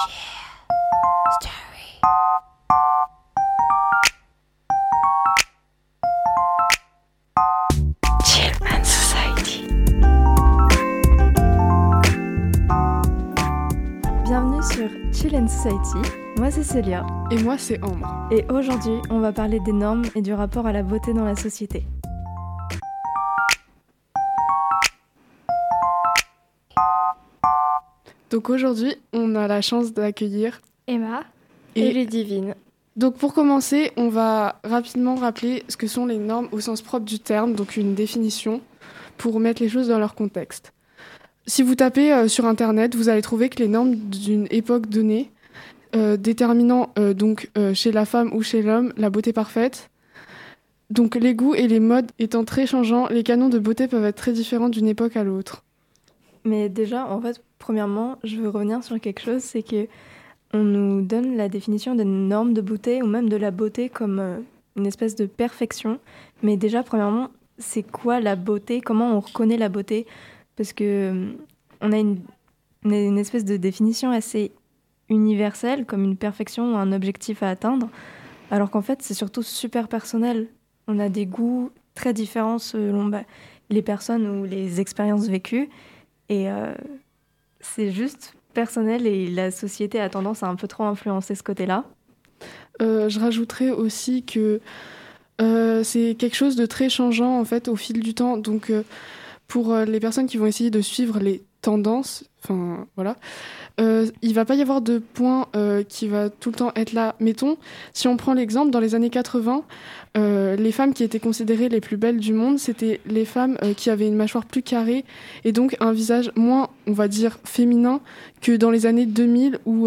Bienvenue sur Chill and Society, moi c'est Célia. Et moi c'est Ambre. Et aujourd'hui, on va parler des normes et du rapport à la beauté dans la société. Donc aujourd'hui, on a la chance d'accueillir Emma et Ludivine. Donc pour commencer, on va rapidement rappeler ce que sont les normes au sens propre du terme, donc une définition pour mettre les choses dans leur contexte. Si vous tapez sur Internet, vous allez trouver que les normes d'une époque donnée, déterminant chez la femme ou chez l'homme la beauté parfaite, donc les goûts et les modes étant très changeants, les canons de beauté peuvent être très différents d'une époque à l'autre. Mais déjà, en fait, premièrement, je veux revenir sur quelque chose, c'est que on nous donne la définition des normes de beauté ou même de la beauté comme une espèce de perfection. Mais déjà, premièrement, c'est quoi la beauté? Comment on reconnaît la beauté? Parce que on a une espèce de définition assez universelle, comme une perfection ou un objectif à atteindre, alors qu'en fait, c'est surtout super personnel. On a des goûts très différents selon les personnes ou les expériences vécues. Et c'est juste personnel et la société a tendance à un peu trop influencer ce côté-là. Je rajouterais aussi que c'est quelque chose de très changeant en fait au fil du temps. Donc pour les personnes qui vont essayer de suivre les tendances, il va pas y avoir de point qui va tout le temps être là. Mettons, si on prend l'exemple, dans les années 80, les femmes qui étaient considérées les plus belles du monde, c'était les femmes qui avaient une mâchoire plus carrée et donc un visage moins, on va dire, féminin que dans les années 2000 où,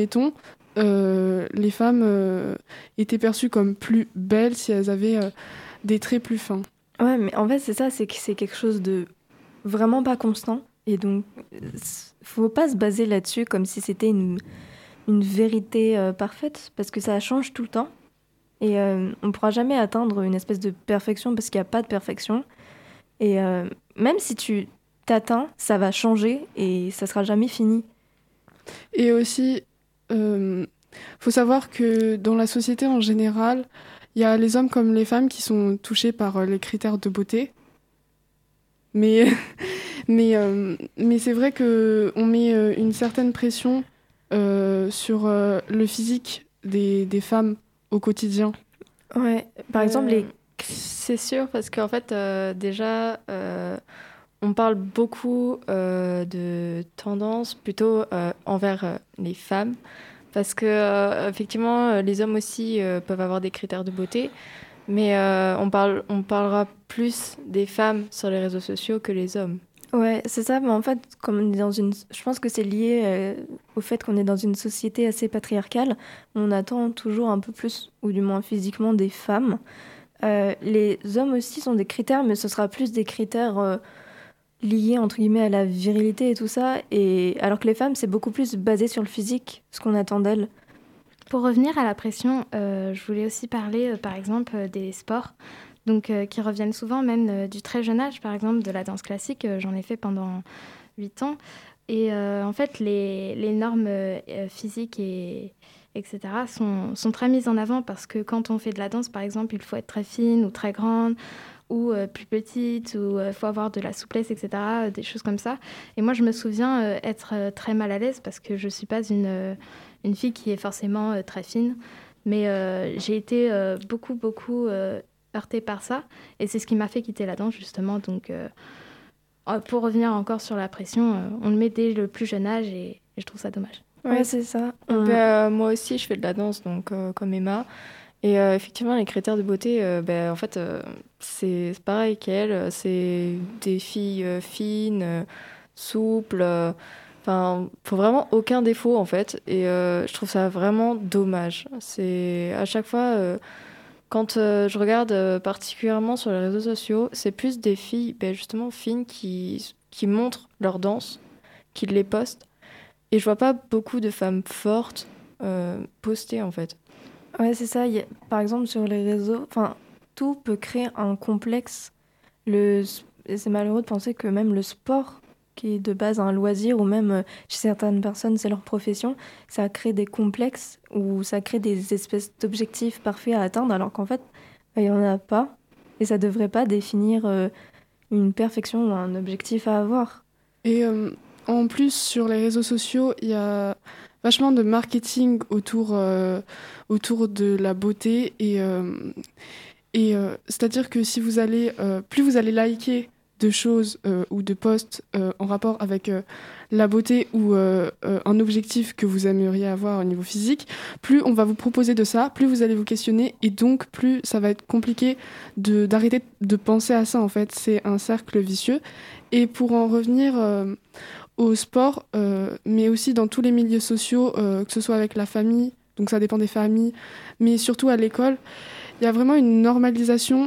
les femmes étaient perçues comme plus belles si elles avaient des traits plus fins. Ouais, mais en fait, c'est ça, c'est que c'est quelque chose de vraiment pas constant. Et donc, faut pas se baser là-dessus comme si c'était une vérité parfaite, parce que ça change tout le temps. Et on pourra jamais atteindre une espèce de perfection, parce qu'il n'y a pas de perfection. Et même si tu t'atteins, ça va changer et ça sera jamais fini. Et aussi, faut savoir que dans la société en général, il y a les hommes comme les femmes qui sont touchés par les critères de beauté. Mais c'est vrai qu'on met une certaine pression sur le physique des femmes au quotidien. Ouais, par exemple, C'est sûr, parce qu'en fait, déjà, on parle beaucoup de tendance plutôt envers les femmes. Parce que, effectivement, les hommes aussi peuvent avoir des critères de beauté. Mais on parlera plus des femmes sur les réseaux sociaux que les hommes. Ouais, c'est ça, mais en fait, comme on est je pense que c'est lié au fait qu'on est dans une société assez patriarcale. On attend toujours un peu plus, ou du moins physiquement, des femmes. Les hommes aussi sont des critères, mais ce sera plus des critères liés, entre guillemets, à la virilité et tout ça. Et alors que les femmes, c'est beaucoup plus basé sur le physique, ce qu'on attend d'elles. Pour revenir à la pression, je voulais aussi parler, par exemple, des sports. Donc, qui reviennent souvent, même du très jeune âge, par exemple, de la danse classique. J'en ai fait pendant 8 ans. Et en fait, les normes physiques etc. sont très mises en avant parce que quand on fait de la danse, par exemple, il faut être très fine ou très grande ou plus petite ou il faut avoir de la souplesse, etc., des choses comme ça. Et moi, je me souviens être très mal à l'aise parce que je ne suis pas une fille qui est forcément très fine. Mais j'ai été beaucoup heurtée par ça. Et c'est ce qui m'a fait quitter la danse, justement. Donc, pour revenir encore sur la pression, on le met dès le plus jeune âge et je trouve ça dommage. Ouais, c'est ça. Moi aussi, je fais de la danse, donc comme Emma. Et effectivement, les critères de beauté, en fait, c'est pareil qu'elle. C'est des filles fines, souples. Enfin, faut vraiment aucun défaut, en fait. Et je trouve ça vraiment dommage. C'est à chaque fois, quand je regarde particulièrement sur les réseaux sociaux, c'est plus des filles, justement, fines qui montrent leur danse, qui les postent. Et je vois pas beaucoup de femmes fortes poster, en fait. Ouais, c'est ça. Par exemple, sur les réseaux, tout peut créer un complexe. Et c'est malheureux de penser que même le sport qui est de base un loisir, ou même chez certaines personnes, c'est leur profession, ça crée des complexes ou ça crée des espèces d'objectifs parfaits à atteindre, alors qu'en fait, il n'y en a pas. Et ça ne devrait pas définir une perfection ou un objectif à avoir. Et en plus, sur les réseaux sociaux, il y a vachement de marketing autour de la beauté. Et c'est-à-dire que si vous allez, plus vous allez liker de choses ou de posts en rapport avec la beauté ou un objectif que vous aimeriez avoir au niveau physique, plus on va vous proposer de ça, plus vous allez vous questionner, et donc plus ça va être compliqué d'arrêter de penser à ça, en fait. C'est un cercle vicieux. Et pour en revenir au sport, mais aussi dans tous les milieux sociaux, que ce soit avec la famille, donc ça dépend des familles, mais surtout à l'école, il y a vraiment une normalisation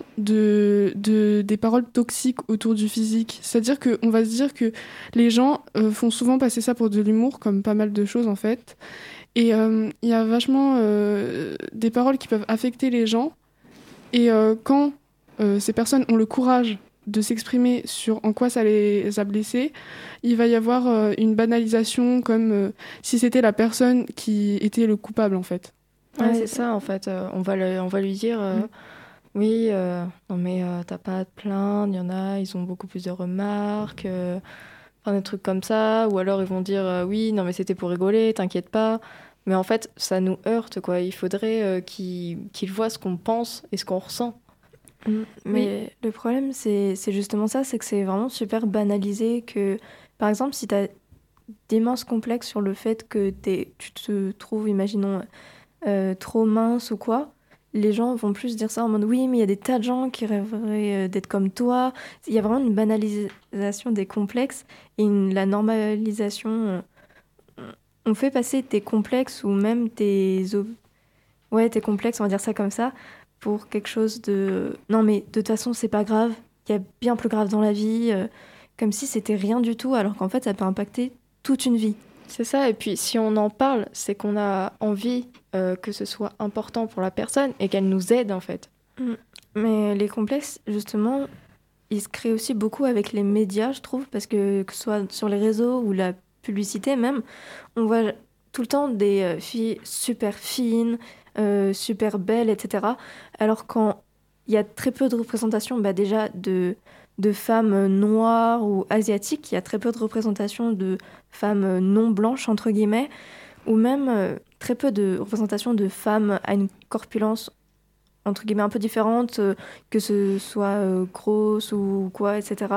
des paroles toxiques autour du physique. C'est-à-dire qu'on va se dire que les gens font souvent passer ça pour de l'humour, comme pas mal de choses en fait. Et il y a vachement des paroles qui peuvent affecter les gens. Et quand ces personnes ont le courage de s'exprimer sur en quoi ça les a blessés, il va y avoir une banalisation comme si c'était la personne qui était le coupable en fait. Ouais, c'est ça en fait. On va lui dire oui, non mais t'as pas à te plaindre, il y en a, ils ont beaucoup plus de remarques, enfin, des trucs comme ça. Ou alors ils vont dire oui, non mais c'était pour rigoler, t'inquiète pas. Mais en fait, ça nous heurte, quoi. Il faudrait qu'ils voient ce qu'on pense et ce qu'on ressent. Mais le problème, c'est justement ça, c'est que c'est vraiment super banalisé que, par exemple, si t'as d'immenses complexes sur le fait que tu te trouves, imaginons, trop mince ou quoi, les gens vont plus dire ça en mode oui, mais il y a des tas de gens qui rêveraient d'être comme toi. Il y a vraiment une banalisation des complexes et la normalisation. On fait passer tes complexes ou même tes complexes, on va dire ça comme ça, pour quelque chose de non mais de toute façon c'est pas grave, il y a bien plus grave dans la vie, comme si c'était rien du tout, alors qu'en fait ça peut impacter toute une vie. C'est ça, et puis si on en parle, c'est qu'on a envie que ce soit important pour la personne et qu'elle nous aide en fait. Mais les complexes, justement, ils se créent aussi beaucoup avec les médias, je trouve, parce que ce soit sur les réseaux ou la publicité même, on voit tout le temps des filles super fines, super belles, etc. Alors quand il y a très peu de représentation déjà de femmes noires ou asiatiques, il y a très peu de représentation de femmes non blanches, entre guillemets, ou même très peu de représentation de femmes à une corpulence, entre guillemets, un peu différente, que ce soit grosse ou quoi, etc.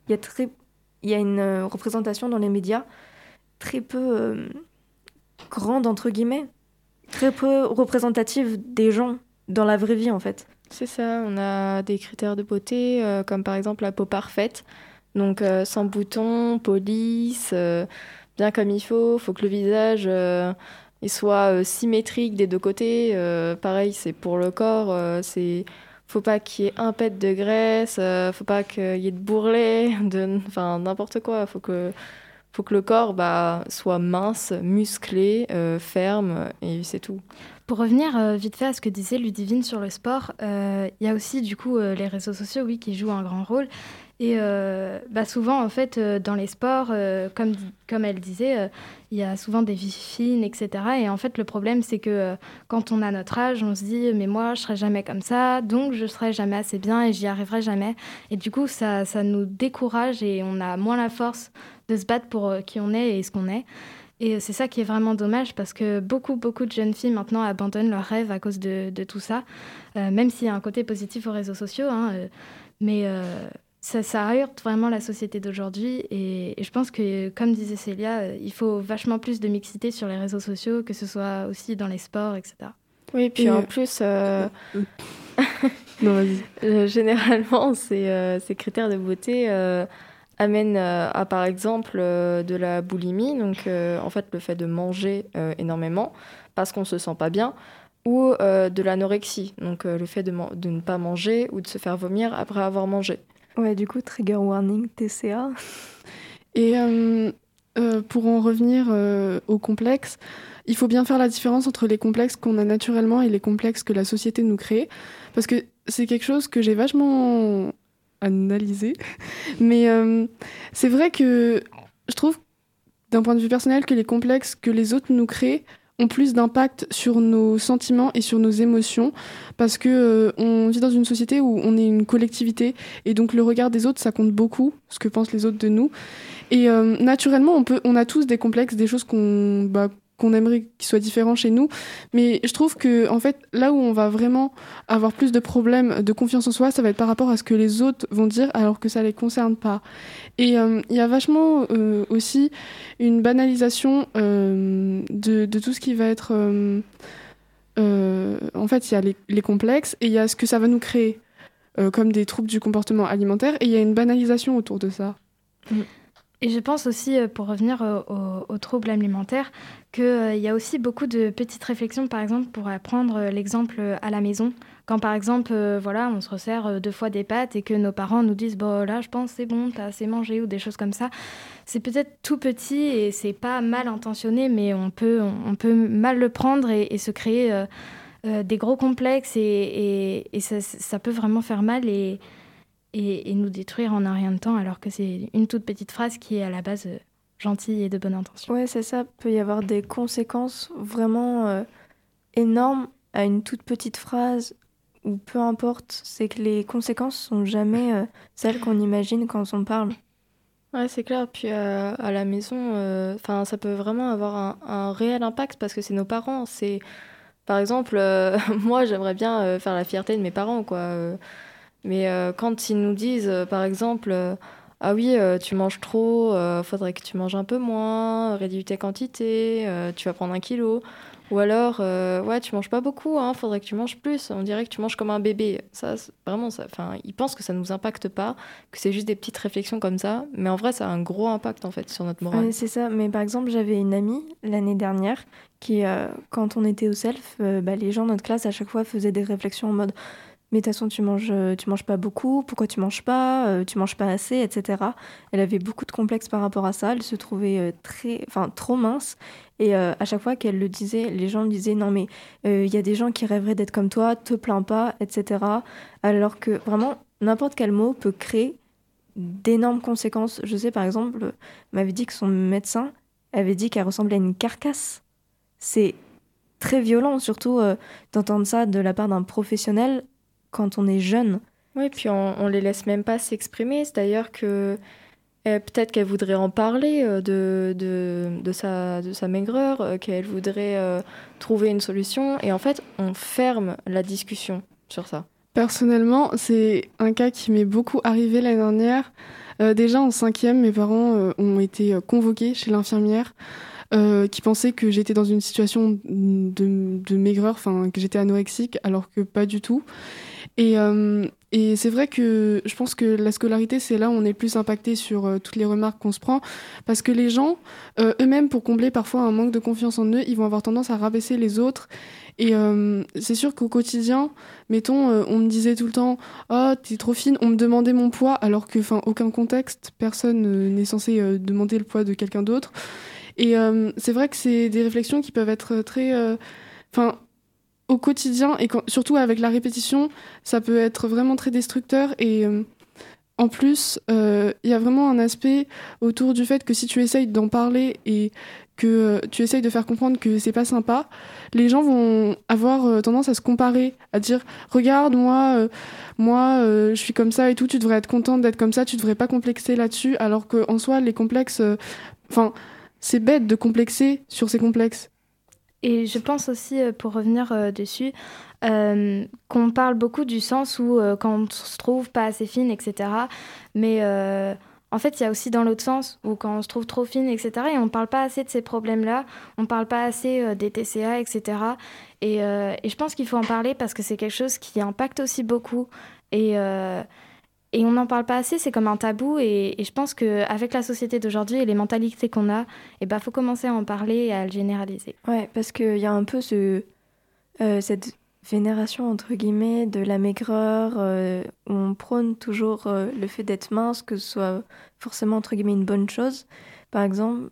Il y a une représentation dans les médias très peu grande, entre guillemets, très peu représentative des gens dans la vraie vie, en fait. C'est ça, on a des critères de beauté, comme par exemple la peau parfaite, donc sans boutons, police, bien comme il faut que le visage il soit symétrique des deux côtés. Pareil, c'est pour le corps, faut pas qu'il y ait un pet de graisse, faut pas qu'il y ait de bourrelet, enfin n'importe quoi, faut que le corps soit mince, musclé, ferme, et c'est tout. Pour revenir vite fait à ce que disait Ludivine sur le sport, il y a aussi du coup les réseaux sociaux, oui, qui jouent un grand rôle. Et souvent, en fait, dans les sports, comme elle disait, il y a souvent des vies fines, etc. Et en fait, le problème, c'est que quand on a notre âge, on se dit « mais moi, je ne serai jamais comme ça, donc je ne serai jamais assez bien et j'y arriverai jamais ». Et du coup, ça nous décourage et on a moins la force de se battre pour qui on est et ce qu'on est. Et c'est ça qui est vraiment dommage parce que beaucoup de jeunes filles maintenant abandonnent leurs rêves à cause de tout ça, même s'il y a un côté positif aux réseaux sociaux, mais ça heurte vraiment la société d'aujourd'hui et je pense que, comme disait Célia, il faut vachement plus de mixité sur les réseaux sociaux, que ce soit aussi dans les sports, etc. Oui, puis en plus, non, vas-y. Généralement, ces critères de beauté amène à, par exemple, de la boulimie, donc en fait le fait de manger énormément parce qu'on se sent pas bien, ou de l'anorexie, donc le fait de ne pas manger ou de se faire vomir après avoir mangé. Ouais, du coup, trigger warning, TCA. Et pour en revenir aux complexes, il faut bien faire la différence entre les complexes qu'on a naturellement et les complexes que la société nous crée, parce que c'est quelque chose que j'ai vachement analyser. Mais c'est vrai que je trouve, d'un point de vue personnel, que les complexes que les autres nous créent ont plus d'impact sur nos sentiments et sur nos émotions, parce que on vit dans une société où on est une collectivité, et donc le regard des autres, ça compte beaucoup, ce que pensent les autres de nous. Et naturellement, on a tous des complexes, des choses qu'on aimerait qu'ils soient différents chez nous, mais je trouve que en fait, là où on va vraiment avoir plus de problèmes de confiance en soi, ça va être par rapport à ce que les autres vont dire, alors que ça les concerne pas. Et il y a vachement aussi une banalisation de tout ce qui va être... en fait, il y a les complexes et il y a ce que ça va nous créer, comme des troubles du comportement alimentaire, et il y a une banalisation autour de ça. Et je pense aussi, pour revenir aux troubles alimentaires, qu'il y a aussi beaucoup de petites réflexions, par exemple, pour prendre l'exemple à la maison. Quand, par exemple, on se resserre 2 fois des pâtes et que nos parents nous disent « Bon, là, je pense c'est bon, t'as assez mangé » ou des choses comme ça. C'est peut-être tout petit et c'est pas mal intentionné, mais on peut mal le prendre et se créer des gros complexes et ça peut vraiment faire mal et nous détruire en un rien de temps, alors que c'est une toute petite phrase qui est à la base gentille et de bonne intention. Ouais, c'est ça. Peut y avoir des conséquences vraiment énormes à une toute petite phrase, ou peu importe. C'est que les conséquences sont jamais celles qu'on imagine quand on parle. Ouais, c'est clair. Puis à la maison, ça peut vraiment avoir un réel impact parce que c'est nos parents. C'est, par exemple, moi, j'aimerais bien faire la fierté de mes parents, quoi. Mais quand ils nous disent, par exemple, ah oui, tu manges trop, faudrait que tu manges un peu moins, réduis tes quantités, tu vas prendre 1 kilo. Ou alors, ouais, tu manges pas beaucoup, hein, faudrait que tu manges plus. On dirait que tu manges comme un bébé. Ça, vraiment, ils pensent que ça nous impacte pas, que c'est juste des petites réflexions comme ça. Mais en vrai, ça a un gros impact, en fait, sur notre morale. Ouais, c'est ça. Mais par exemple, j'avais une amie l'année dernière qui, quand on était au self, les gens de notre classe, à chaque fois, faisaient des réflexions en mode mais de toute façon, tu manges pas beaucoup, pourquoi tu manges pas, tu manges pas assez, etc. Elle avait beaucoup de complexes par rapport à ça, elle se trouvait trop mince. Et à chaque fois qu'elle le disait, les gens disaient non mais il y a des gens qui rêveraient d'être comme toi, te plains pas, etc. Alors que vraiment, n'importe quel mot peut créer d'énormes conséquences. Je sais par exemple, m'avait dit que son médecin avait dit qu'elle ressemblait à une carcasse. C'est très violent, surtout d'entendre ça de la part d'un professionnel quand on est jeune. Oui, puis on les laisse même pas s'exprimer. C'est d'ailleurs que peut-être qu'elle voudrait en parler de sa maigreur, qu'elle voudrait trouver une solution. Et en fait, on ferme la discussion sur ça. Personnellement, c'est un cas qui m'est beaucoup arrivé l'année dernière. Déjà en 5e, mes parents ont été convoqués chez l'infirmière qui pensait que j'étais dans une situation de maigreur, que j'étais anorexique, alors que pas du tout. Et c'est vrai que je pense que la scolarité, c'est là où on est le plus impacté sur toutes les remarques qu'on se prend, parce que les gens, eux-mêmes, pour combler parfois un manque de confiance en eux, ils vont avoir tendance à rabaisser les autres. Et c'est sûr qu'au quotidien, mettons, on me disait tout le temps « Oh, t'es trop fine », on me demandait mon poids, alors que, aucun contexte, personne n'est censé demander le poids de quelqu'un d'autre. Et c'est vrai que c'est des réflexions qui peuvent être très... au quotidien, et surtout avec la répétition, ça peut être vraiment très destructeur. Et en plus, il y a vraiment un aspect autour du fait que si tu essayes d'en parler et que tu essayes de faire comprendre que c'est pas sympa, les gens vont avoir tendance à se comparer, à dire « Regarde, moi, je suis comme ça et tout, tu devrais être contente d'être comme ça, tu devrais pas complexer là-dessus. » Alors qu'en soi, les complexes... c'est bête de complexer sur ces complexes. Et je pense aussi, pour revenir dessus, qu'on parle beaucoup du sens où quand on se trouve pas assez fine, etc. Mais en fait, il y a aussi dans l'autre sens où quand on se trouve trop fine, etc. Et on parle pas assez de ces problèmes-là, on parle pas assez des TCA, etc. Et je pense qu'il faut en parler parce que c'est quelque chose qui impacte aussi beaucoup. Et on n'en parle pas assez, c'est comme un tabou. Et je pense qu'avec la société d'aujourd'hui et les mentalités qu'on a, faut commencer à en parler et à le généraliser. Ouais, parce qu'il y a un peu cette vénération, entre guillemets, de la maigreur, où on prône toujours le fait d'être mince, que ce soit forcément, entre guillemets, une bonne chose. Par exemple,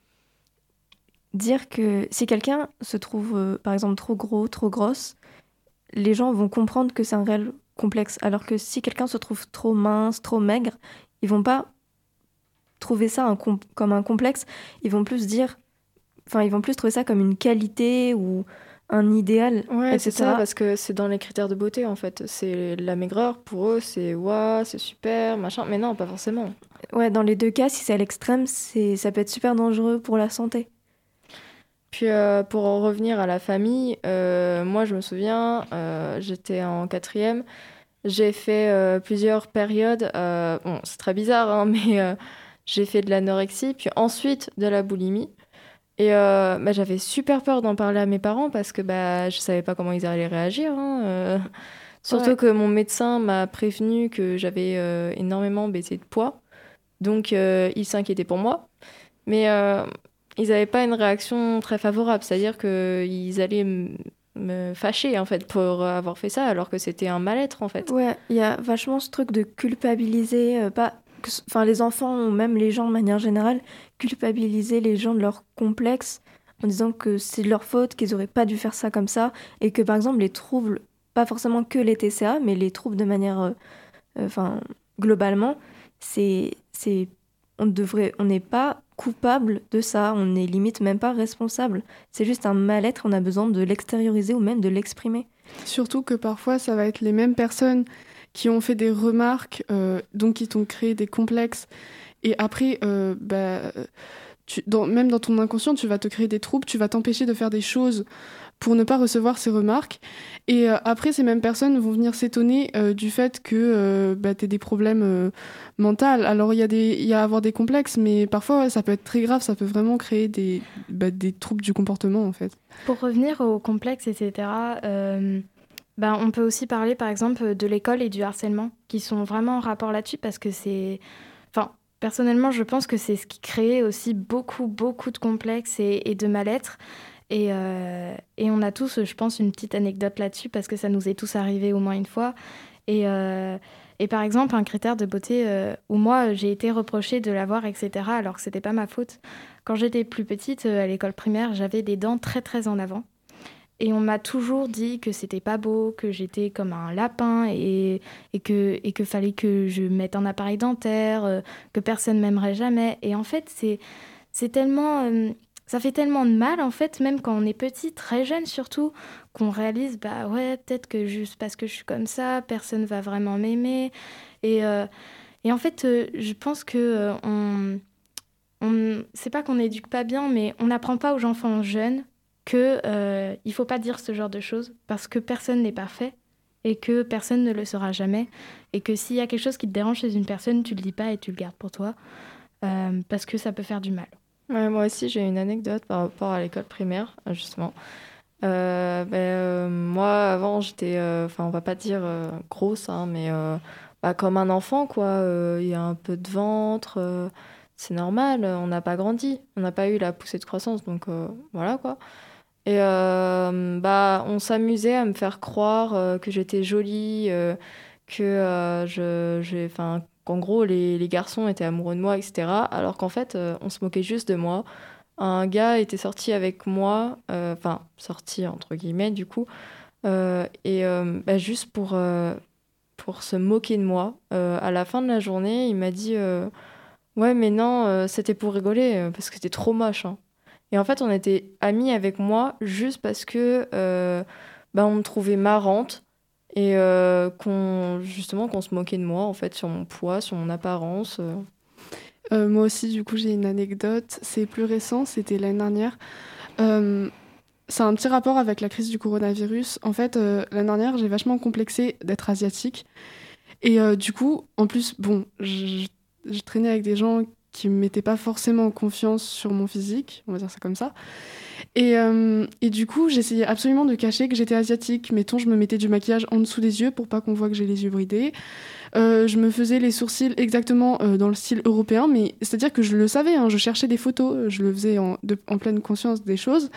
dire que si quelqu'un se trouve, par exemple, trop gros, trop grosse, les gens vont comprendre que c'est un réel complexe. Alors que si quelqu'un se trouve trop mince, trop maigre, ils vont pas trouver ça comme un complexe. Ils vont plus trouver ça comme une qualité ou un idéal, Ouais, c'est etc. ça, parce que c'est dans les critères de beauté, en fait. C'est la maigreur, pour eux, c'est waouh, c'est super, machin. Mais non, pas forcément. Ouais, dans les deux cas, si c'est à l'extrême, ça peut être super dangereux pour la santé. Puis pour en revenir à la famille, moi je me souviens, j'étais en 4e, j'ai fait plusieurs périodes, bon c'est très bizarre, hein, mais j'ai fait de l'anorexie, puis ensuite de la boulimie. Et j'avais super peur d'en parler à mes parents parce que je savais pas comment ils allaient réagir, hein, surtout Ouais. que mon médecin m'a prévenu que j'avais énormément baissé de poids, donc il s'inquiétait pour moi. Mais ils n'avaient pas une réaction très favorable, c'est-à-dire qu'ils allaient me fâcher en fait pour avoir fait ça, alors que c'était un mal-être en fait. Ouais, il y a vachement ce truc de culpabiliser, les enfants ou même les gens de manière générale, culpabiliser les gens de leur complexe en disant que c'est de leur faute, qu'ils auraient pas dû faire ça comme ça, et que par exemple les troubles, pas forcément que les TCA, mais les troubles de manière, globalement, c'est, on n'est pas coupable de ça, on n'est limite même pas responsable. C'est juste un mal-être, on a besoin de l'extérioriser ou même de l'exprimer. Surtout que parfois, ça va être les mêmes personnes qui ont fait des remarques, donc qui t'ont créé des complexes. Et après, même dans ton inconscient, tu vas te créer des troubles, tu vas t'empêcher de faire des choses pour ne pas recevoir ces remarques. Et après, ces mêmes personnes vont venir s'étonner du fait que tu aies des problèmes mentaux. Alors, il y a à avoir des complexes, mais parfois, ça peut être très grave, ça peut vraiment créer des troubles du comportement, en fait. Pour revenir aux complexes, etc., on peut aussi parler, par exemple, de l'école et du harcèlement, qui sont vraiment en rapport là-dessus, parce que c'est... Enfin, personnellement, je pense que c'est ce qui crée aussi beaucoup, beaucoup de complexes et de mal-être. Et on a tous, je pense, une petite anecdote là-dessus, parce que ça nous est tous arrivé au moins une fois. Et par exemple, un critère de beauté où moi, j'ai été reprochée de l'avoir, etc., alors que c'était pas ma faute. Quand j'étais plus petite, à l'école primaire, j'avais des dents très, très en avant. Et on m'a toujours dit que c'était pas beau, que j'étais comme un lapin et que fallait que je mette un appareil dentaire, que personne m'aimerait jamais. Et en fait, c'est tellement... ça fait tellement de mal, en fait, même quand on est petit, très jeune surtout, qu'on réalise, peut-être que juste parce que je suis comme ça, personne va vraiment m'aimer. Et en fait, je pense que c'est pas qu'on n'éduque pas bien, mais on n'apprend pas aux enfants jeunes il faut pas dire ce genre de choses parce que personne n'est parfait et que personne ne le sera jamais et que s'il y a quelque chose qui te dérange chez une personne, tu le dis pas et tu le gardes pour toi parce que ça peut faire du mal. Ouais, moi aussi j'ai une anecdote par rapport à l'école primaire justement. Moi avant j'étais, on va pas dire grosse, hein, mais comme un enfant quoi. Il y a un peu de ventre. C'est normal, on n'a pas grandi, on n'a pas eu la poussée de croissance, donc voilà quoi. Et on s'amusait à me faire croire que j'étais jolie, qu'en gros les garçons étaient amoureux de moi, etc. Alors qu'en fait, on se moquait juste de moi. Un gars était sorti avec moi, sorti entre guillemets du coup, juste pour se moquer de moi. À la fin de la journée, il m'a dit ouais, mais non, c'était pour rigoler, parce que c'était trop moche, hein. Et en fait, on était amis avec moi juste parce que on me trouvait marrante et qu'on se moquait de moi, en fait, sur mon poids, sur mon apparence. Moi aussi, du coup, j'ai une anecdote. C'est plus récent, c'était l'année dernière. C'est un petit rapport avec la crise du coronavirus. En fait, l'année dernière, j'ai vachement complexé d'être asiatique. Et du coup, en plus, je traînais avec des gens qui ne mettaient pas forcément confiance sur mon physique, on va dire ça comme ça. Et du coup, j'essayais absolument de cacher que j'étais asiatique. Mettons, je me mettais du maquillage en dessous des yeux pour pas qu'on voit que j'ai les yeux bridés. Je me faisais les sourcils exactement dans le style européen, mais c'est-à-dire que je le savais, hein, je cherchais des photos, je le faisais en pleine conscience des choses.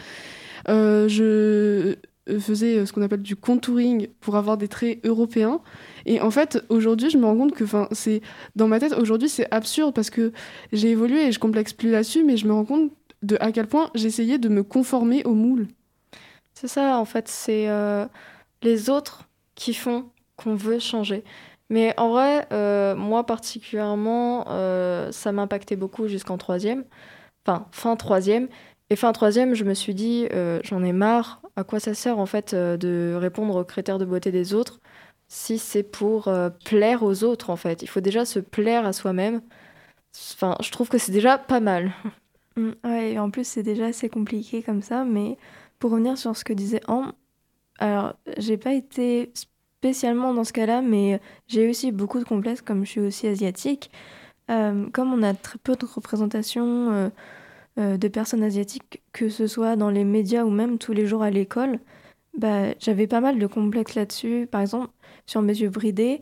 Je faisais ce qu'on appelle du contouring pour avoir des traits européens. Et en fait, aujourd'hui, je me rends compte que dans ma tête, aujourd'hui, c'est absurde parce que j'ai évolué et je complexe plus là-dessus, mais je me rends compte à quel point j'essayais de me conformer au moule. C'est ça, en fait, c'est les autres qui font qu'on veut changer. Mais en vrai, moi particulièrement, ça m'impactait beaucoup jusqu'en troisième, enfin fin troisième. Et fin troisième, je me suis dit, j'en ai marre. À quoi ça sert en fait de répondre aux critères de beauté des autres si c'est pour plaire aux autres en fait. Il faut déjà se plaire à soi-même. Enfin, je trouve que c'est déjà pas mal. Ouais, et en plus, c'est déjà assez compliqué comme ça, mais pour revenir sur ce que disait Ambre, alors, j'ai pas été spécialement dans ce cas-là, mais j'ai aussi beaucoup de complexes, comme je suis aussi asiatique. Comme on a très peu de représentation de personnes asiatiques, que ce soit dans les médias ou même tous les jours à l'école, bah, j'avais pas mal de complexes là-dessus. Par exemple, sur mes yeux bridés,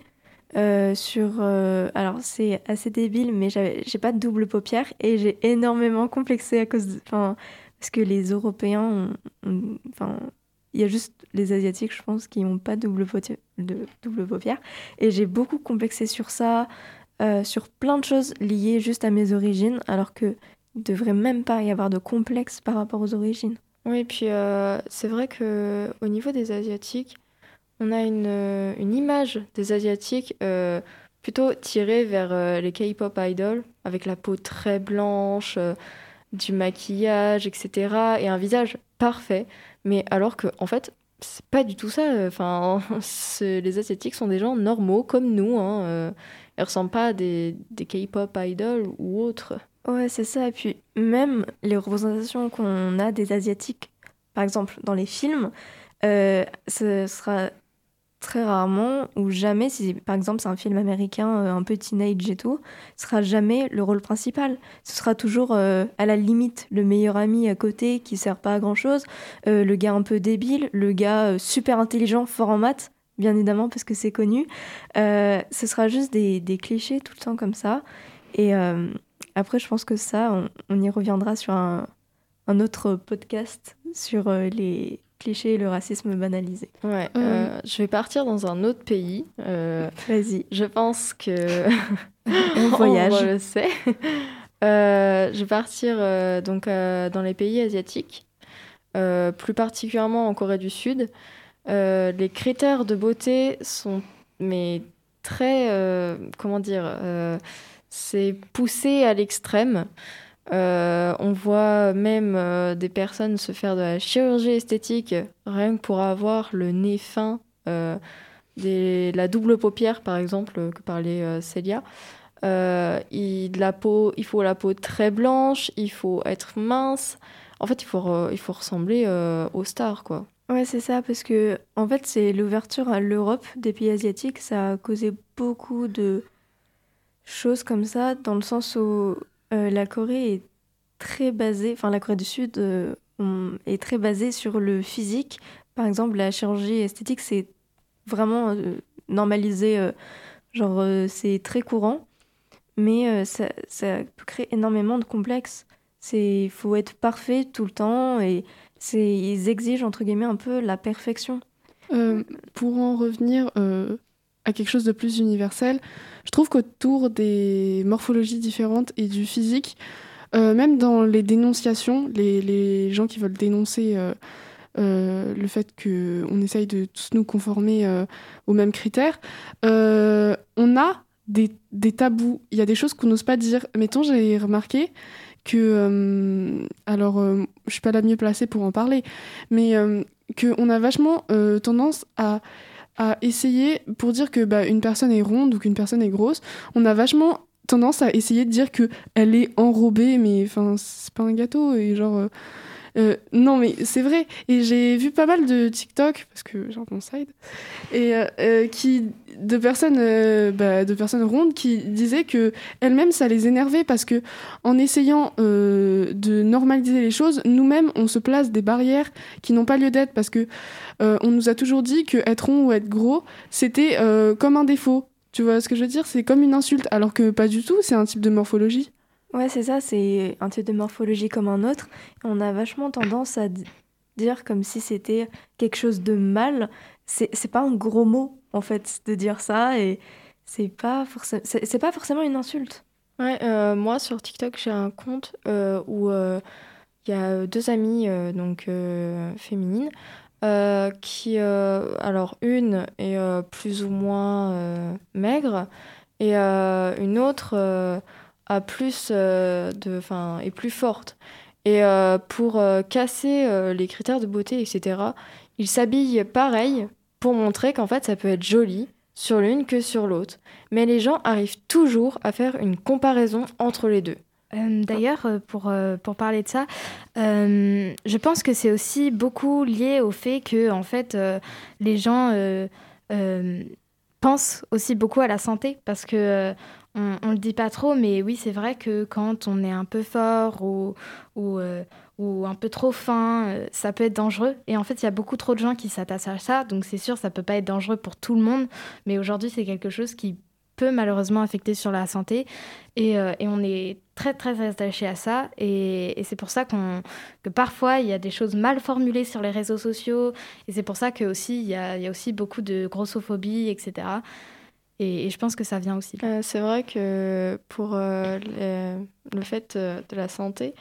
alors c'est assez débile, mais j'ai pas de double paupière et j'ai énormément complexé à cause enfin, parce que les Européens enfin, il y a juste les Asiatiques, je pense, qui n'ont pas de double paupière. Et j'ai beaucoup complexé sur ça, sur plein de choses liées juste à mes origines, alors que il devrait même pas y avoir de complexe par rapport aux origines. Oui, et puis c'est vrai que au niveau des Asiatiques, on a une image des Asiatiques plutôt tirée vers les K-pop idols, avec la peau très blanche, du maquillage, etc. Et un visage parfait. Mais alors que, en fait, c'est pas du tout ça. Enfin, les Asiatiques sont des gens normaux, comme nous. Hein, ils ressemblent pas à des K-pop idols ou autres. Ouais, c'est ça. Et puis, même les représentations qu'on a des Asiatiques, par exemple, dans les films, ce sera très rarement ou jamais, si par exemple c'est un film américain un peu teenage et tout, ce sera jamais le rôle principal. Ce sera toujours à la limite le meilleur ami à côté qui sert pas à grand chose, le gars un peu débile, le gars super intelligent, fort en maths, bien évidemment parce que c'est connu. Ce sera juste des clichés tout le temps comme ça. Et après, je pense que ça, on y reviendra sur un autre podcast sur les clichés et le racisme banalisé. Ouais, je vais partir dans un autre pays. Vas-y. Je pense que on voyage. On le sait. Je vais partir donc dans les pays asiatiques, plus particulièrement en Corée du Sud. Les critères de beauté sont mais très comment dire, c'est poussé à l'extrême. On voit même des personnes se faire de la chirurgie esthétique rien que pour avoir le nez fin, la double paupière par exemple que parlait Célia. Il faut la peau très blanche, il faut être mince. En fait, il faut ressembler aux stars, quoi. Ouais, c'est ça, parce que en fait, c'est l'ouverture à l'Europe des pays asiatiques. Ça a causé beaucoup de choses comme ça, dans le sens où la Corée est très basée, enfin la Corée du Sud est très basée sur le physique. Par exemple, la chirurgie esthétique, c'est vraiment normalisé, c'est très courant, mais ça peut créer énormément de complexes. Il faut être parfait tout le temps et ils exigent entre guillemets un peu la perfection. Pour en revenir à quelque chose de plus universel, je trouve qu'autour des morphologies différentes et du physique, même dans les dénonciations, les gens qui veulent dénoncer le fait qu'on essaye de tous nous conformer aux mêmes critères, on a des tabous. Il y a des choses qu'on n'ose pas dire. Mettons, j'ai remarqué que, je suis pas la mieux placée pour en parler, mais qu'on a vachement tendance à essayer, pour dire que une personne est ronde ou qu'une personne est grosse, on a vachement tendance à essayer de dire qu'elle est enrobée, mais enfin, c'est pas un gâteau, et genre... non, mais c'est vrai. Et j'ai vu pas mal de TikTok, parce que j'ai mon side, et de personnes rondes qui disaient que elles-mêmes ça les énervait parce que en essayant de normaliser les choses, nous-mêmes on se place des barrières qui n'ont pas lieu d'être, parce que on nous a toujours dit que être rond ou être gros c'était comme un défaut. Tu vois ce que je veux dire? C'est comme une insulte, alors que pas du tout, c'est un type de morphologie. Ouais, c'est ça, c'est un type de morphologie comme un autre. On a vachement tendance à dire comme si c'était quelque chose de mal. C'est pas un gros mot, en fait, de dire ça, et c'est pas forcément une insulte. Ouais, moi sur TikTok, j'ai un compte où il y a deux amies donc féminines qui, alors une est plus ou moins maigre et une autre a plus est plus forte. Et pour casser les critères de beauté, etc., ils s'habillent pareil pour montrer qu'en fait ça peut être joli sur l'une que sur l'autre. Mais les gens arrivent toujours à faire une comparaison entre les deux. D'ailleurs, pour parler de ça, je pense que c'est aussi beaucoup lié au fait que en fait, les gens pensent aussi beaucoup à la santé parce que on le dit pas trop, mais oui, c'est vrai que quand on est un peu fort ou un peu trop fin, ça peut être dangereux. Et en fait, il y a beaucoup trop de gens qui s'attachent à ça, donc c'est sûr, ça peut pas être dangereux pour tout le monde, mais aujourd'hui, c'est quelque chose qui peut malheureusement affecter sur la santé et on est très très attaché à ça et c'est pour ça que parfois il y a des choses mal formulées sur les réseaux sociaux et c'est pour ça que aussi il y a aussi beaucoup de grossophobie, etc. Et je pense que ça vient aussi. C'est vrai que pour le fait de la santé,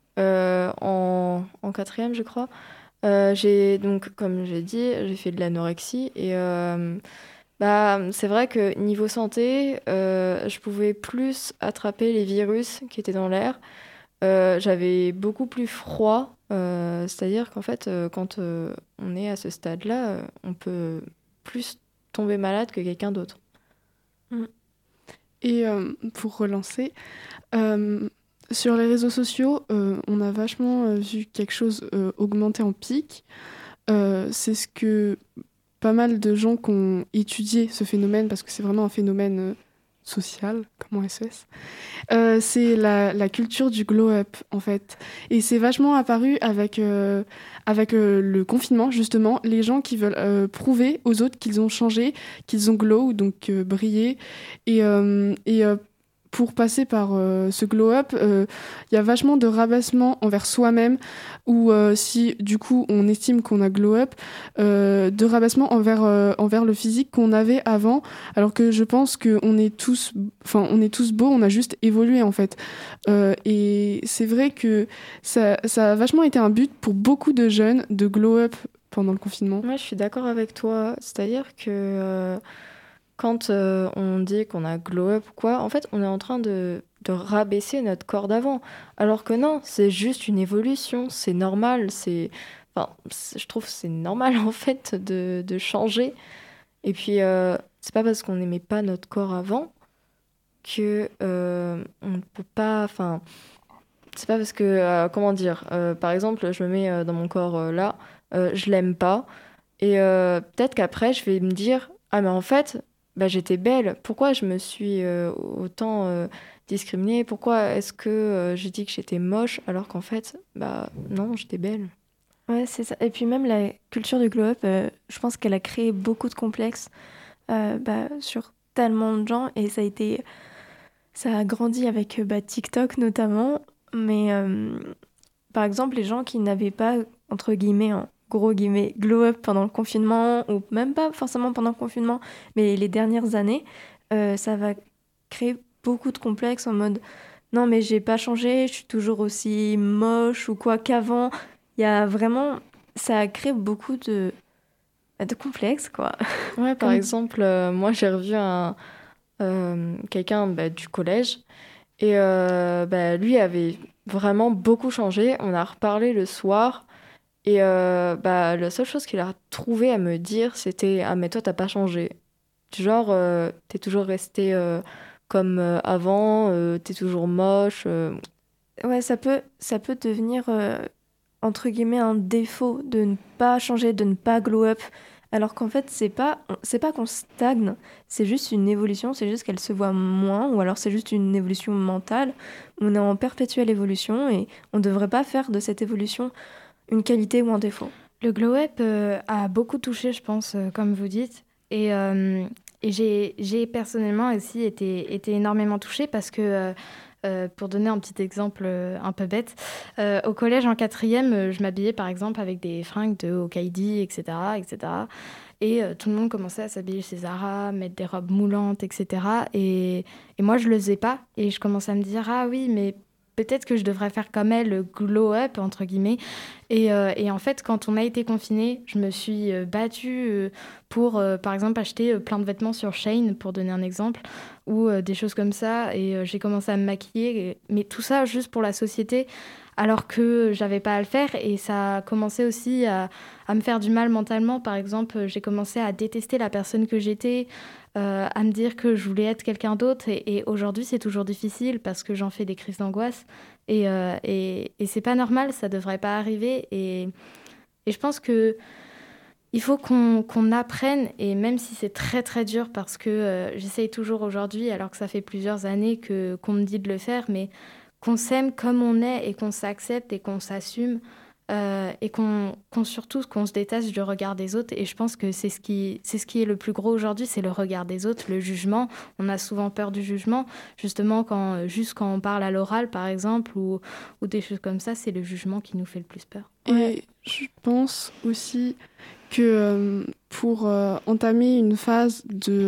en quatrième, je crois, j'ai donc, comme j'ai dit, j'ai fait de l'anorexie et c'est vrai que niveau santé, je pouvais plus attraper les virus qui étaient dans l'air. J'avais beaucoup plus froid, c'est-à-dire qu'en fait, quand on est à ce stade-là, on peut plus tomber malade que quelqu'un d'autre. Et pour relancer, sur les réseaux sociaux, on a vachement vu quelque chose augmenter en pic. C'est ce que pas mal de gens qui ont étudié ce phénomène, parce que c'est vraiment un phénomène social, comme en SES, c'est la culture du glow-up, en fait. Et c'est vachement apparu avec le confinement, justement, les gens qui veulent prouver aux autres qu'ils ont changé, qu'ils ont glow, donc brillé. Et pour passer par ce glow-up, il y a vachement de rabaissement envers soi-même, ou si du coup on estime qu'on a glow-up, de rabaissement envers le physique qu'on avait avant, alors que je pense qu'on est tous beaux, on a juste évolué en fait. Et c'est vrai que ça a vachement été un but pour beaucoup de jeunes de glow-up pendant le confinement. Moi, je suis d'accord avec toi. C'est-à-dire que quand on dit qu'on a glow up ou quoi, en fait, on est en train de rabaisser notre corps d'avant. Alors que non, c'est juste une évolution, c'est normal, je trouve que c'est normal en fait de changer. Et puis, c'est pas parce qu'on n'aimait pas notre corps avant que on ne peut pas... Enfin, c'est pas parce que... comment dire par exemple, je me mets dans mon corps là, je l'aime pas. Et peut-être qu'après, je vais me dire, ah mais en fait... j'étais belle. Pourquoi je me suis autant discriminée? Pourquoi est-ce que j'ai dit que j'étais moche alors qu'en fait, non, j'étais belle. Ouais, c'est ça. Et puis même la culture du glow-up, je pense qu'elle a créé beaucoup de complexes sur tellement de gens et ça a grandi avec TikTok notamment. Mais par exemple, les gens qui n'avaient pas, entre guillemets, gros guillemets, glow up pendant le confinement, ou même pas forcément pendant le confinement, mais les dernières années, ça va créer beaucoup de complexes en mode non, mais j'ai pas changé, je suis toujours aussi moche ou quoi qu'avant. Il y a vraiment. Ça a créé beaucoup de complexes, quoi. Ouais, par exemple, moi j'ai revu quelqu'un du collège et lui avait vraiment beaucoup changé. On a reparlé le soir. Et la seule chose qu'il a trouvé à me dire, c'était « Ah, mais toi, t'as pas changé. Genre, t'es toujours resté comme avant, t'es toujours moche. » Ouais, ça peut devenir, entre guillemets, un défaut de ne pas changer, de ne pas glow up. Alors qu'en fait, c'est pas qu'on stagne, c'est juste une évolution, c'est juste qu'elle se voit moins, ou alors c'est juste une évolution mentale. On est en perpétuelle évolution et on devrait pas faire de cette évolution une qualité ou un défaut. Le glow-up a beaucoup touché, je pense, comme vous dites. Et j'ai personnellement aussi été énormément touchée parce que, pour donner un petit exemple un peu bête, au collège en quatrième, je m'habillais par exemple avec des fringues de Hokaidi, etc. etc. Et tout le monde commençait à s'habiller chez Zara, mettre des robes moulantes, etc. Et moi, je le faisais pas. Et je commençais à me dire, ah oui, mais peut-être que je devrais faire comme elle, le glow up, entre guillemets. Et en fait, quand on a été confinés, je me suis battue pour, par exemple, acheter plein de vêtements sur Shein, pour donner un exemple, ou des choses comme ça. Et j'ai commencé à me maquiller. Mais tout ça juste pour la société, alors que j'avais pas à le faire. Et ça a commencé aussi à me faire du mal mentalement. Par exemple, j'ai commencé à détester la personne que j'étais, à me dire que je voulais être quelqu'un d'autre. Et aujourd'hui, c'est toujours difficile parce que j'en fais des crises d'angoisse. Et c'est pas normal, ça devrait pas arriver. Et je pense que il faut qu'on apprenne, et même si c'est très très dur, parce que j'essaye toujours aujourd'hui, alors que ça fait plusieurs années qu'on me dit de le faire, mais qu'on s'aime comme on est et qu'on s'accepte et qu'on s'assume. Et surtout qu'on se détache du regard des autres. Et je pense que c'est ce qui est le plus gros aujourd'hui, c'est le regard des autres, le jugement. On a souvent peur du jugement, justement quand on parle à l'oral par exemple, ou des choses comme ça, c'est le jugement qui nous fait le plus peur. Et je pense aussi que pour entamer une phase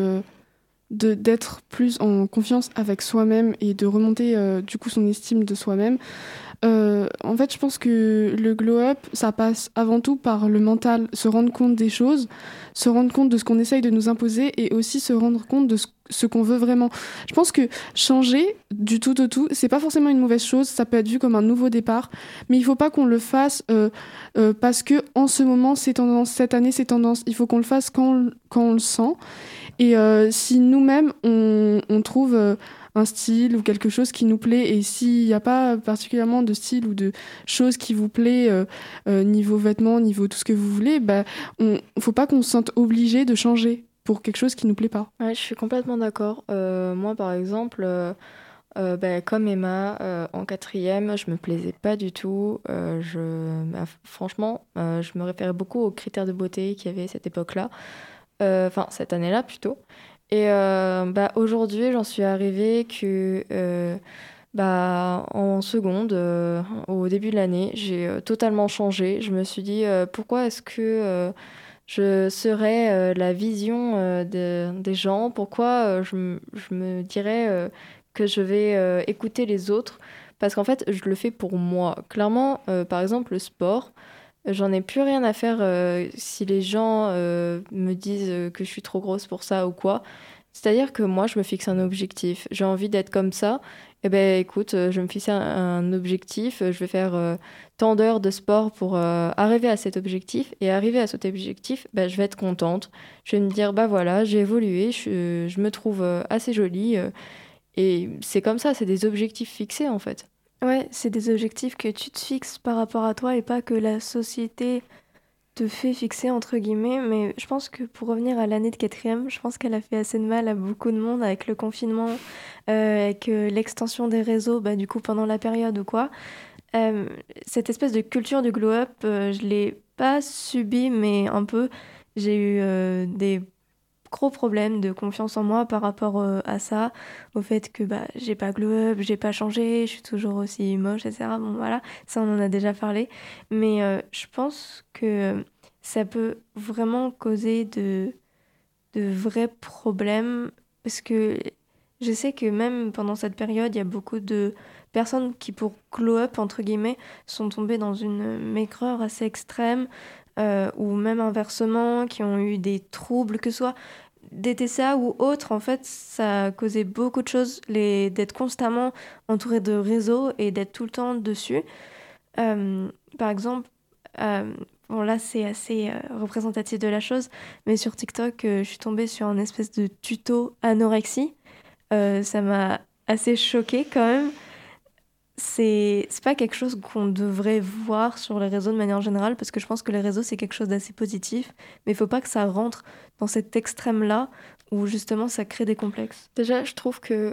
d'être plus en confiance avec soi-même et de remonter du coup son estime de soi-même, en fait, je pense que le glow-up, ça passe avant tout par le mental, se rendre compte des choses, se rendre compte de ce qu'on essaye de nous imposer et aussi se rendre compte de ce qu'on veut vraiment. Je pense que changer du tout au tout, c'est pas forcément une mauvaise chose, ça peut être vu comme un nouveau départ, mais il faut pas qu'on le fasse parce que en ce moment c'est tendance, cette année c'est tendance. Il faut qu'on le fasse quand on le sent. Et si nous-mêmes on trouve un style ou quelque chose qui nous plaît, et s'il n'y a pas particulièrement de style ou de choses qui vous plaît niveau vêtements, niveau tout ce que vous voulez, faut pas qu'on se sente obligé de changer pour quelque chose qui nous plaît pas. Ouais, je suis complètement d'accord. Moi, par exemple, comme Emma, en quatrième, je me plaisais pas du tout. Franchement, je me référais beaucoup aux critères de beauté qu'il y avait à cette époque-là. Enfin, cette année-là plutôt. Et aujourd'hui, j'en suis arrivée que en seconde, au début de l'année, j'ai totalement changé. Je me suis dit, pourquoi est-ce que je serais la vision des gens? Pourquoi je me dirais que je vais écouter les autres? Parce qu'en fait, je le fais pour moi. Clairement, par exemple, le sport. J'en ai plus rien à faire si les gens me disent que je suis trop grosse pour ça ou quoi. C'est-à-dire que moi, je me fixe un objectif. J'ai envie d'être comme ça. Eh ben, écoute, je me fixe un objectif. Je vais faire tant d'heures de sport pour arriver à cet objectif. Et arriver à cet objectif, je vais être contente. Je vais me dire, voilà, j'ai évolué. Je me trouve assez jolie. Et c'est comme ça, c'est des objectifs fixés en fait. Ouais, c'est des objectifs que tu te fixes par rapport à toi et pas que la société te fait fixer, entre guillemets. Mais je pense que pour revenir à l'année de quatrième, je pense qu'elle a fait assez de mal à beaucoup de monde avec le confinement, avec l'extension des réseaux, du coup, pendant la période ou quoi. Cette espèce de culture du glow-up, je l'ai pas subie, mais un peu. J'ai eu des gros problème de confiance en moi par rapport à ça, au fait que j'ai pas glow up, j'ai pas changé, je suis toujours aussi moche, etc. Bon voilà, ça on en a déjà parlé, mais je pense que ça peut vraiment causer de vrais problèmes, parce que je sais que même pendant cette période, il y a beaucoup de personnes qui, pour glow up, entre guillemets, sont tombées dans une maigreur assez extrême, ou même inversement, qui ont eu des troubles, que ce soit des TCA ou autres. En fait, ça a causé beaucoup de choses, d'être constamment entouré de réseaux et d'être tout le temps dessus. Par exemple, bon là c'est assez représentatif de la chose, mais sur TikTok, je suis tombée sur un espèce de tuto anorexie. Ça m'a assez choquée quand même. C'est pas quelque chose qu'on devrait voir sur les réseaux de manière générale, parce que je pense que les réseaux, c'est quelque chose d'assez positif, mais il faut pas que ça rentre dans cet extrême-là, où justement ça crée des complexes. Déjà, je trouve que,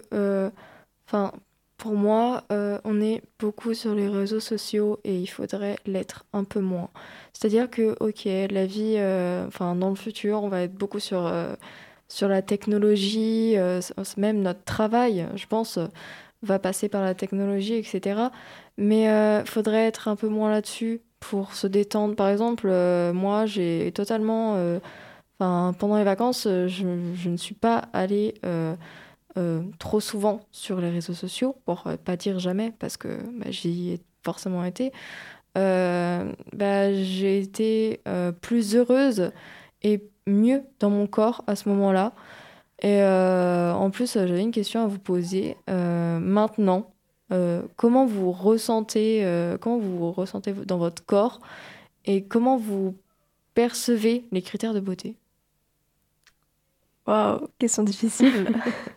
pour moi, on est beaucoup sur les réseaux sociaux et il faudrait l'être un peu moins. C'est-à-dire que, ok, la vie, dans le futur, on va être beaucoup sur la technologie, même notre travail, je pense, va passer par la technologie, etc. Mais faudrait être un peu moins là-dessus pour se détendre. Par exemple, moi, j'ai totalement... pendant les vacances, je ne suis pas allée trop souvent sur les réseaux sociaux, pour pas dire jamais, parce que j'y ai forcément été, j'ai été plus heureuse et mieux dans mon corps à ce moment-là. Et en plus, j'avais une question à vous poser. Maintenant, comment vous ressentez dans votre corps et comment vous percevez les critères de beauté? Waouh, question difficile.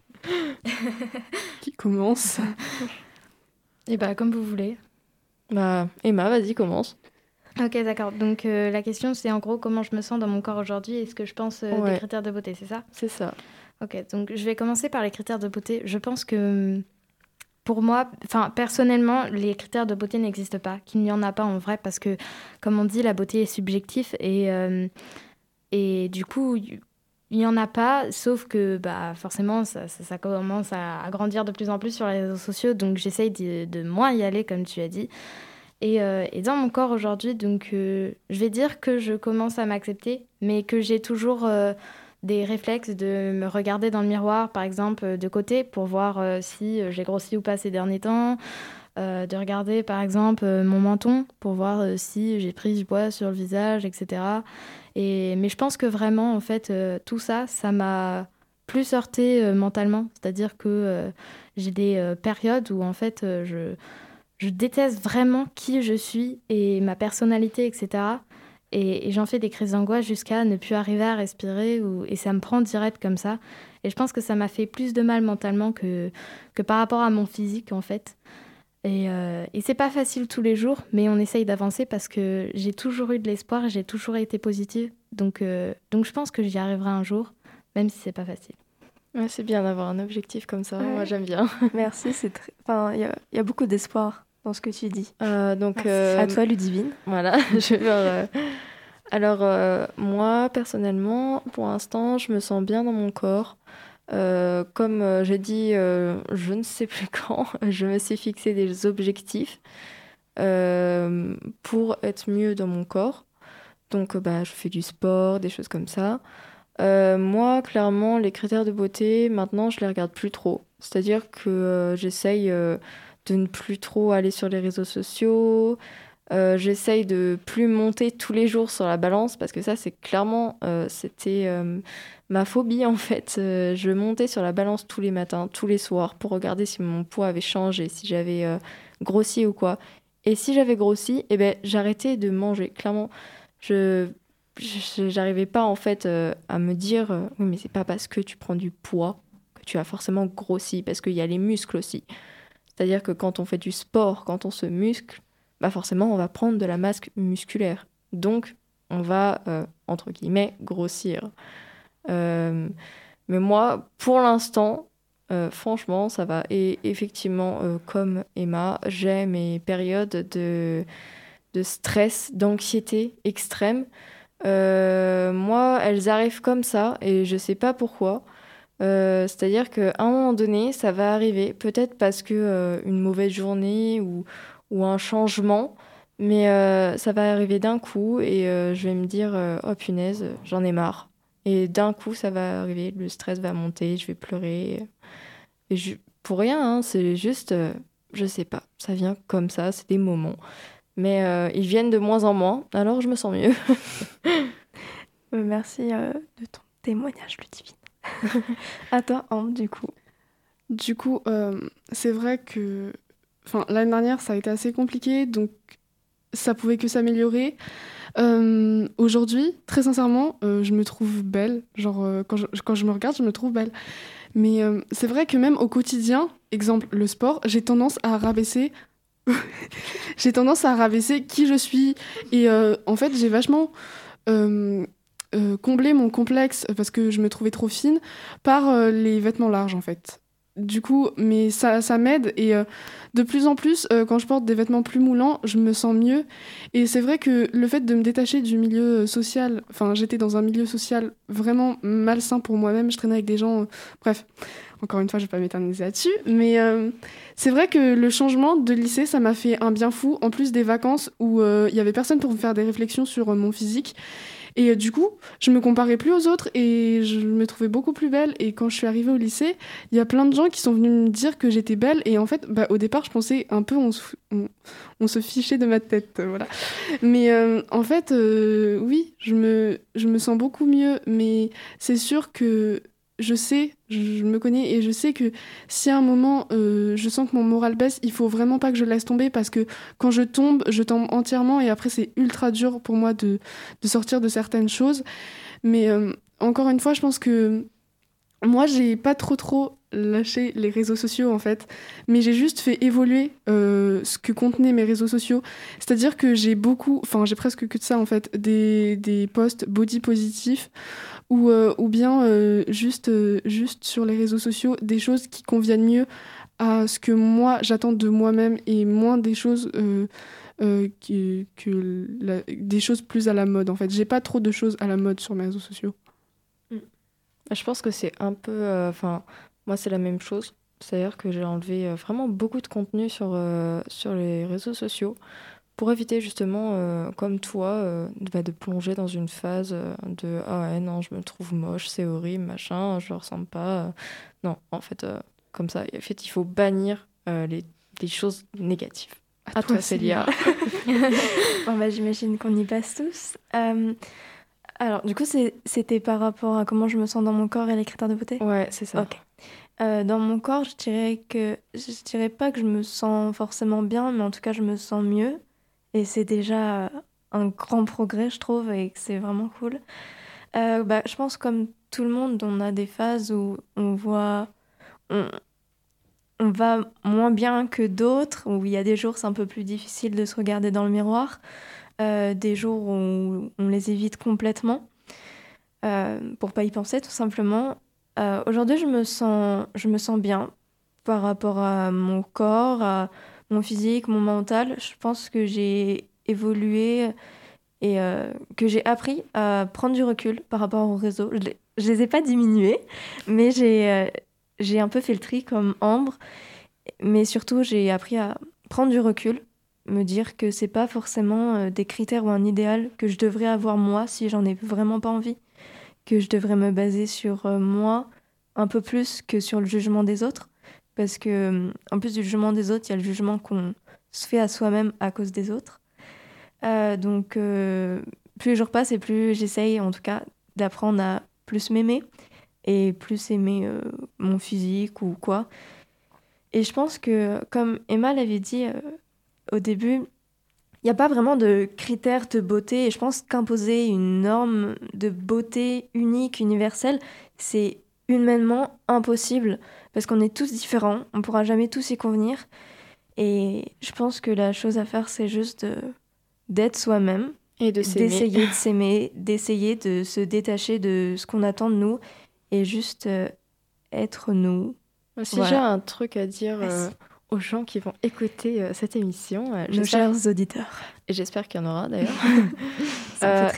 Qui commence? Et comme vous voulez. Emma, vas-y, commence. Ok, d'accord. Donc la question, c'est en gros comment je me sens dans mon corps aujourd'hui et ce que je pense des critères de beauté, c'est ça? C'est ça. Ok, donc je vais commencer par les critères de beauté. Je pense que pour moi, personnellement, les critères de beauté n'existent pas, qu'il n'y en a pas en vrai, parce que, comme on dit, la beauté est subjective et du coup, il n'y en a pas, sauf que forcément, ça commence à grandir de plus en plus sur les réseaux sociaux, donc j'essaye de moins y aller, comme tu as dit. Et dans mon corps aujourd'hui, donc je vais dire que je commence à m'accepter, mais que j'ai toujours des réflexes de me regarder dans le miroir, par exemple, de côté, pour voir si j'ai grossi ou pas ces derniers temps, de regarder, par exemple, mon menton, pour voir si j'ai pris du poids sur le visage, etc. Mais je pense que vraiment, en fait, tout ça, ça m'a plus heurtée mentalement. C'est-à-dire que j'ai des périodes où, en fait, je déteste vraiment qui je suis et ma personnalité, etc. Et j'en fais des crises d'angoisse jusqu'à ne plus arriver à respirer et ça me prend direct comme ça. Et je pense que ça m'a fait plus de mal mentalement que par rapport à mon physique, en fait. Et c'est pas facile tous les jours, mais on essaye d'avancer parce que j'ai toujours eu de l'espoir et j'ai toujours été positive. Donc je pense que j'y arriverai un jour, même si c'est pas facile. Ouais, c'est bien d'avoir un objectif comme ça. Ouais. Moi, j'aime bien. Merci, il y a beaucoup d'espoir dans ce que tu dis. Donc, à toi, Ludivine. Voilà. Alors, moi, personnellement, pour l'instant, je me sens bien dans mon corps. Comme j'ai dit, je ne sais plus quand, je me suis fixé des objectifs pour être mieux dans mon corps. Donc, je fais du sport, des choses comme ça. Moi, clairement, les critères de beauté, maintenant, je les regarde plus trop. C'est-à-dire que j'essaye de ne plus trop aller sur les réseaux sociaux. J'essaye de plus monter tous les jours sur la balance parce que ça, c'est clairement, c'était ma phobie en fait. Je montais sur la balance tous les matins, tous les soirs pour regarder si mon poids avait changé, si j'avais grossi ou quoi. Et si j'avais grossi, j'arrêtais de manger. Clairement, j'arrivais pas en fait à me dire oui, mais c'est pas parce que tu prends du poids que tu as forcément grossi, parce qu'il y a les muscles aussi. C'est-à-dire que quand on fait du sport, quand on se muscle, forcément, on va prendre de la masse musculaire. Donc, on va, entre guillemets, grossir. Mais moi, pour l'instant, franchement, ça va. Et effectivement, comme Emma, j'ai mes périodes de stress, d'anxiété extrême. Moi, elles arrivent comme ça et je sais pas pourquoi. C'est-à-dire qu'à un moment donné, ça va arriver, peut-être parce que une mauvaise journée ou un changement, mais ça va arriver d'un coup et je vais me dire oh punaise, j'en ai marre. Et d'un coup, ça va arriver, le stress va monter, je vais pleurer. Et pour rien, hein, c'est juste, je sais pas, ça vient comme ça, c'est des moments. Mais ils viennent de moins en moins, alors je me sens mieux. Merci de ton témoignage, Ludivine. À toi, Ambre, du coup. Du coup, c'est vrai que l'année dernière, ça a été assez compliqué, donc ça pouvait que s'améliorer. Aujourd'hui, très sincèrement, je me trouve belle. Genre, quand je me regarde, je me trouve belle. Mais c'est vrai que même au quotidien, exemple, le sport, j'ai tendance à rabaisser qui je suis. Et en fait, j'ai vachement comblé mon complexe, parce que je me trouvais trop fine, par les vêtements larges, en fait. Du coup, mais ça m'aide et de plus en plus, quand je porte des vêtements plus moulants, je me sens mieux. Et c'est vrai que le fait de me détacher du milieu social, j'étais dans un milieu social vraiment malsain pour moi-même, je traînais avec des gens, bref, Encore une fois, je vais pas m'éterniser là-dessus. Mais c'est vrai que le changement de lycée, ça m'a fait un bien fou. En plus des vacances où il y avait personne pour me faire des réflexions sur mon physique. Et du coup, je me comparais plus aux autres et je me trouvais beaucoup plus belle. Et quand je suis arrivée au lycée, il y a plein de gens qui sont venus me dire que j'étais belle. Et en fait, au départ, je pensais un peu on se fichait de ma tête, voilà. Mais en fait, oui, je me sens beaucoup mieux. Mais c'est sûr que je me connais et je sais que si à un moment je sens que mon moral baisse, il faut vraiment pas que je laisse tomber parce que quand je tombe entièrement et après c'est ultra dur pour moi de sortir de certaines choses. Mais encore une fois, je pense que moi j'ai pas trop lâché les réseaux sociaux en fait, mais j'ai juste fait évoluer ce que contenaient mes réseaux sociaux. C'est-à-dire que j'ai presque que de ça en fait, des posts body positifs ou bien juste sur les réseaux sociaux, des choses qui conviennent mieux à ce que moi j'attends de moi-même et moins des choses des choses plus à la mode en fait. J'ai pas trop de choses à la mode sur mes réseaux sociaux. Je pense que c'est un peu... moi, c'est la même chose. C'est-à-dire que j'ai enlevé vraiment beaucoup de contenu sur les réseaux sociaux pour éviter justement, comme toi, de plonger dans une phase de « Ah ouais, non, je me trouve moche, c'est horrible, machin, je ne ressemble pas. » Non, en fait, comme ça, en fait, il faut bannir les choses négatives. À toi, Célia. J'imagine qu'on y passe tous. Alors, du coup, c'était par rapport à comment je me sens dans mon corps et les critères de beauté ? Ouais, c'est ça. Ok. Dans mon corps, je dirais pas que je me sens forcément bien, mais en tout cas, je me sens mieux. Et c'est déjà un grand progrès, je trouve, et que c'est vraiment cool. Je pense comme tout le monde, on a des phases où on va moins bien que d'autres, où il y a des jours c'est un peu plus difficile de se regarder dans le miroir, des jours où on les évite complètement, pour pas y penser tout simplement. Aujourd'hui, je me sens bien par rapport à mon corps, à mon physique, mon mental. Je pense que j'ai évolué et que j'ai appris à prendre du recul par rapport aux réseaux. Je les ai pas diminués, mais j'ai un peu fait le tri comme Ambre. Mais surtout, j'ai appris à prendre du recul, me dire que c'est pas forcément des critères ou un idéal que je devrais avoir moi si j'en ai vraiment pas envie. Que je devrais me baser sur moi un peu plus que sur le jugement des autres. Parce que, en plus du jugement des autres, il y a le jugement qu'on se fait à soi-même à cause des autres. Donc, plus les jours passent et plus j'essaye, en tout cas, d'apprendre à plus m'aimer et plus aimer mon physique ou quoi. Et je pense que, comme Emma l'avait dit au début, il n'y a pas vraiment de critères de beauté. Et je pense qu'imposer une norme de beauté unique, universelle, c'est humainement impossible. Parce qu'on est tous différents, on ne pourra jamais tous y convenir. Et je pense que la chose à faire, c'est juste d'être soi-même. Et de s'aimer. D'essayer de s'aimer, d'essayer de se détacher de ce qu'on attend de nous. Et juste être nous. Si j'ai un truc à dire aux gens qui vont écouter cette émission... Nos chers auditeurs. Et j'espère qu'il y en aura d'ailleurs.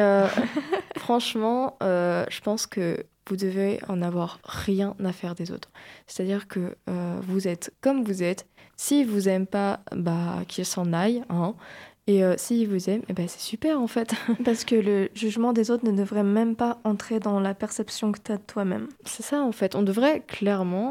Franchement, je pense que vous devez en avoir rien à faire des autres. C'est-à-dire que vous êtes comme vous êtes. S'ils ne vous aiment pas, qu'ils s'en aillent. Hein. Et s'ils vous aiment, c'est super en fait. Parce que le jugement des autres ne devrait même pas entrer dans la perception que tu as de toi-même. C'est ça en fait. On devrait clairement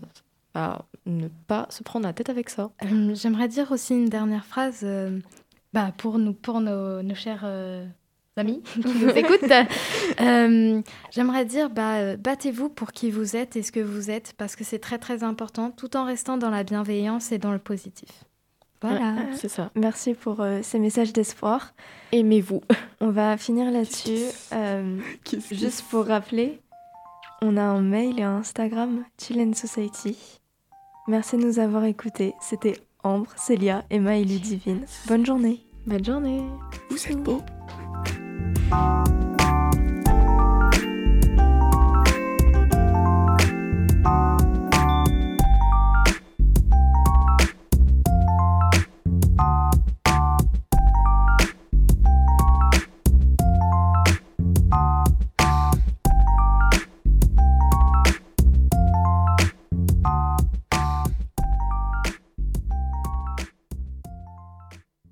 ne pas se prendre la tête avec ça. J'aimerais dire aussi une dernière phrase pour nos chers... amis qui nous écoutent, j'aimerais dire battez-vous pour qui vous êtes et ce que vous êtes parce que c'est très très important tout en restant dans la bienveillance et dans le positif. Voilà, c'est ça. Merci pour ces messages d'espoir. Aimez-vous. On va finir là-dessus. Juste pour rappeler, on a un mail et un Instagram, Chill & Society. Merci de nous avoir écoutés. C'était Ambre, Célia, Emma et Ludivine. Bonne journée. Bonne journée. Vous êtes beaux.